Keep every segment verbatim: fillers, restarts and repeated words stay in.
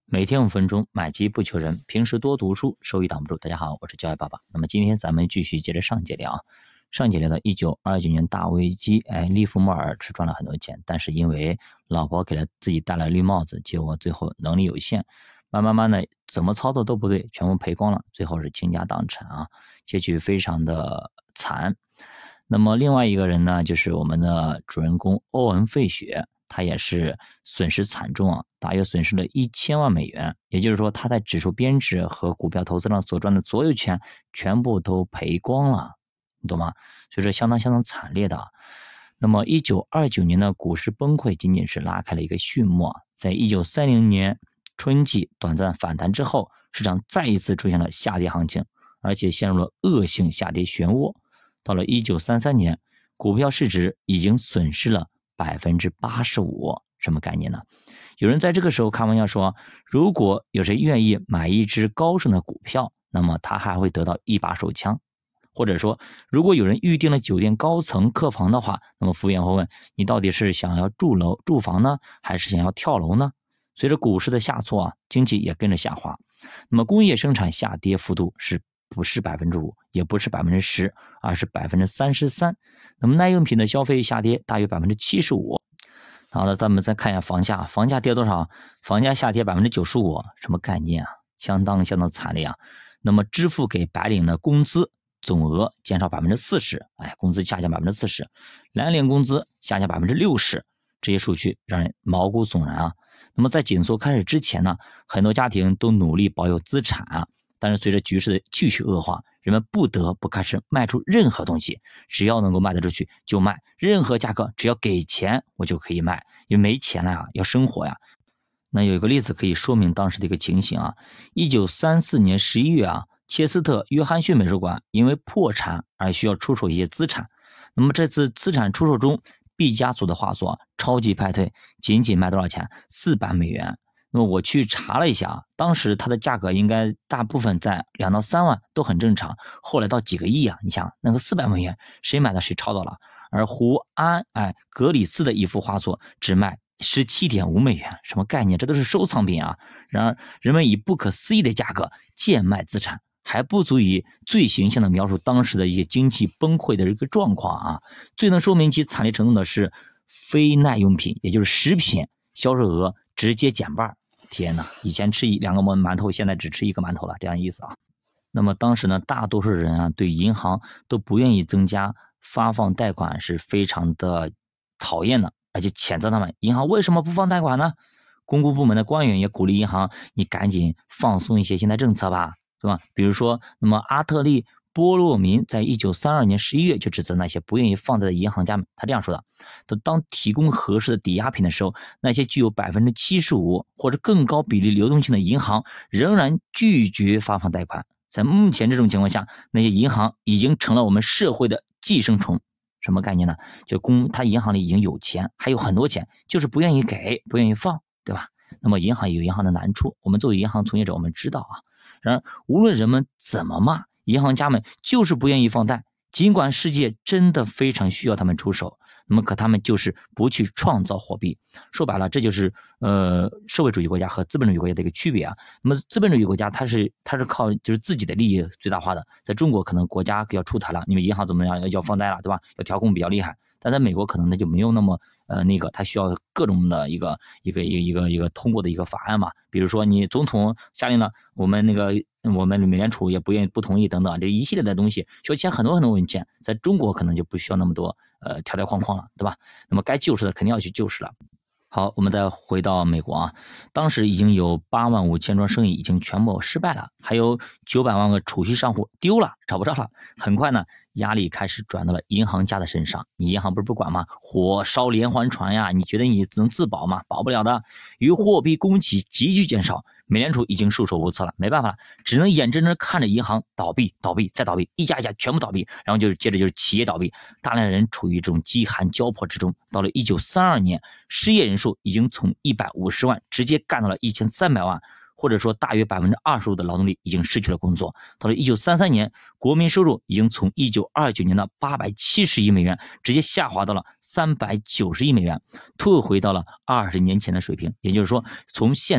每天五分钟，买基不求人。平时多读书，收益挡不住。大家好，我是教育爸爸。那么今天咱们继续接着上节聊。上节聊到一九二九年大危机，哎，利弗莫尔是赚了很多钱，但是因为老婆给了自己戴了绿帽子，结果最后能力有限，慢慢慢的怎么操作都不对，全部赔光了，最后是倾家荡产啊，结局非常的惨。那么另外一个人呢，就是我们的主人公欧文·费雪。他也是损失惨重啊，大约损失了一千万美元，也就是说他在指数编制和股票投资上所赚的所有钱全部都赔光了，你懂吗？所以说相当相当惨烈的。那么一九二九年的股市崩溃仅仅是拉开了一个序幕，在一九三零年春季短暂反弹之后，市场再一次出现了下跌行情，而且陷入了恶性下跌漩涡。到了一九三三年，股票市值已经损失了百分之八十五，什么概念呢？有人在这个时候开玩笑说，如果有谁愿意买一只高盛的股票，那么他还会得到一把手枪。或者说，如果有人预定了酒店高层客房的话，那么服务员会问你到底是想要住楼住房呢，还是想要跳楼呢？随着股市的下挫啊，经济也跟着下滑。那么工业生产下跌幅度是不是百分之五，也不是百分之十，而是百分之三十三。那么耐用品的消费下跌大约百分之七十五。好的，咱们再看一下房价，房价跌多少？房价下跌百分之九十五，什么概念啊？相当相当惨烈啊！那么支付给白领的工资总额减少百分之四十，哎，工资下降百分之四十，蓝领工资下降百分之六十，这些数据让人毛骨悚然啊！那么在紧缩开始之前呢，很多家庭都努力保有资产啊。但是随着局势的继续恶化，人们不得不开始卖出任何东西，只要能够卖得出去就卖，任何价格只要给钱我就可以卖，因为没钱了呀，要生活呀。那有一个例子可以说明当时的一个情形啊，一九三四年十一月啊，切斯特约翰逊美术馆因为破产而需要出售一些资产。那么这次资产出售中，毕加索的画作《超级派对》仅仅卖多少钱？四百美元。那么我去查了一下啊，当时它的价格应该大部分在两到三万都很正常，后来到几个亿啊！你想那个四百美元，谁买的谁抄到了。而胡安哎格里斯的一幅画作只卖十七点五美元，什么概念？这都是收藏品啊！然而人们以不可思议的价格贱卖资产，还不足以最形象的描述当时的一些经济崩溃的一个状况啊！最能说明其惨烈程度的是非耐用品，也就是食品销售额直接减半。天哪，以前吃一两个馒头，现在只吃一个馒头了，这样意思啊。那么当时呢，大多数人啊对银行都不愿意增加发放贷款，是非常的讨厌的，而且谴责他们，银行为什么不放贷款呢？公共部门的官员也鼓励银行，你赶紧放松一些现在政策吧，对吧？比如说，那么阿特利波洛民在一九三二年十一月就指责那些不愿意放贷的银行家们，他这样说的：当提供合适的抵押品的时候，那些具有百分之七十五或者更高比例流动性的银行仍然拒绝发放贷款。在目前这种情况下，那些银行已经成了我们社会的寄生虫。什么概念呢？就公他银行里已经有钱，还有很多钱，就是不愿意给，不愿意放，对吧？那么银行有银行的难处，我们作为银行从业者，我们知道啊。然而，无论人们怎么骂，银行家们就是不愿意放贷，尽管世界真的非常需要他们出手，那么可他们就是不去创造货币。说白了，这就是呃社会主义国家和资本主义国家的一个区别啊。那么资本主义国家它是它是靠就是自己的利益最大化的，在中国可能国家要出台了，你们银行怎么样要放贷了，对吧？要调控比较厉害。但在美国可能它就没有那么呃那个，它需要各种的一个一个一个一个一个通过的一个法案嘛，比如说你总统下令了，我们那个我们美联储也不愿意不同意等等，这一系列的东西需要签很多很多文件，在中国可能就不需要那么多呃条条框框了，对吧？那么该救市的肯定要去救市了。好，我们再回到美国啊，当时已经有八万五千桩生意已经全部失败了，还有九百万个储蓄账户丢了，找不着了。很快呢，压力开始转到了银行家的身上。你银行不是不管吗？火烧连环船呀！你觉得你能自保吗？保不了的。由于货币供给急剧减少，美联储已经束手无策了，没办法了，只能眼睁睁看着银行倒闭、倒闭再倒闭，一家一家全部倒闭，然后就是接着就是企业倒闭，大量人处于这种饥寒交迫之中。到了一九三二年，失业人数已经从一百五十万直接干到了一千三百万。或者说大约百分之二十五的劳动力已经失去了工作。到了一九三三年，国民收入已经从一九二九年的八百七十亿美元直接下滑到了三百九十亿美元，退回到了二十年前的水平。也就是说，从现在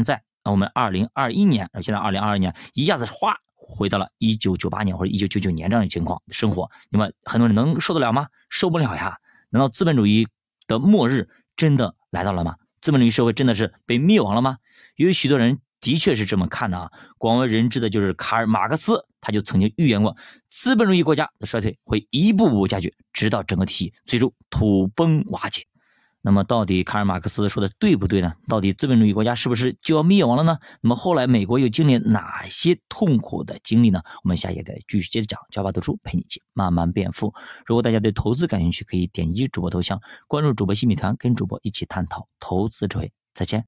那我们二零二一年，现在二零二二年一下子哗回到了一九九八年或者一九九九年这样的情况生活，那么很多人能受得了吗？受不了呀！难道资本主义的末日真的来到了吗？资本主义社会真的是被灭亡了吗？有许多人的确是这么看的啊。广为人知的就是卡尔马克思，他就曾经预言过，资本主义国家的衰退会一步步加剧，直到整个体系最终土崩瓦解。那么到底卡尔马克思说的对不对呢？到底资本主义国家是不是就要灭亡了呢？那么后来美国又经历哪些痛苦的经历呢？我们下节再继续接着讲，教爸读书陪你一起慢慢变富。如果大家对投资感兴趣，可以点击主播头像，关注主播新米团，跟主播一起探讨投资智慧。再见。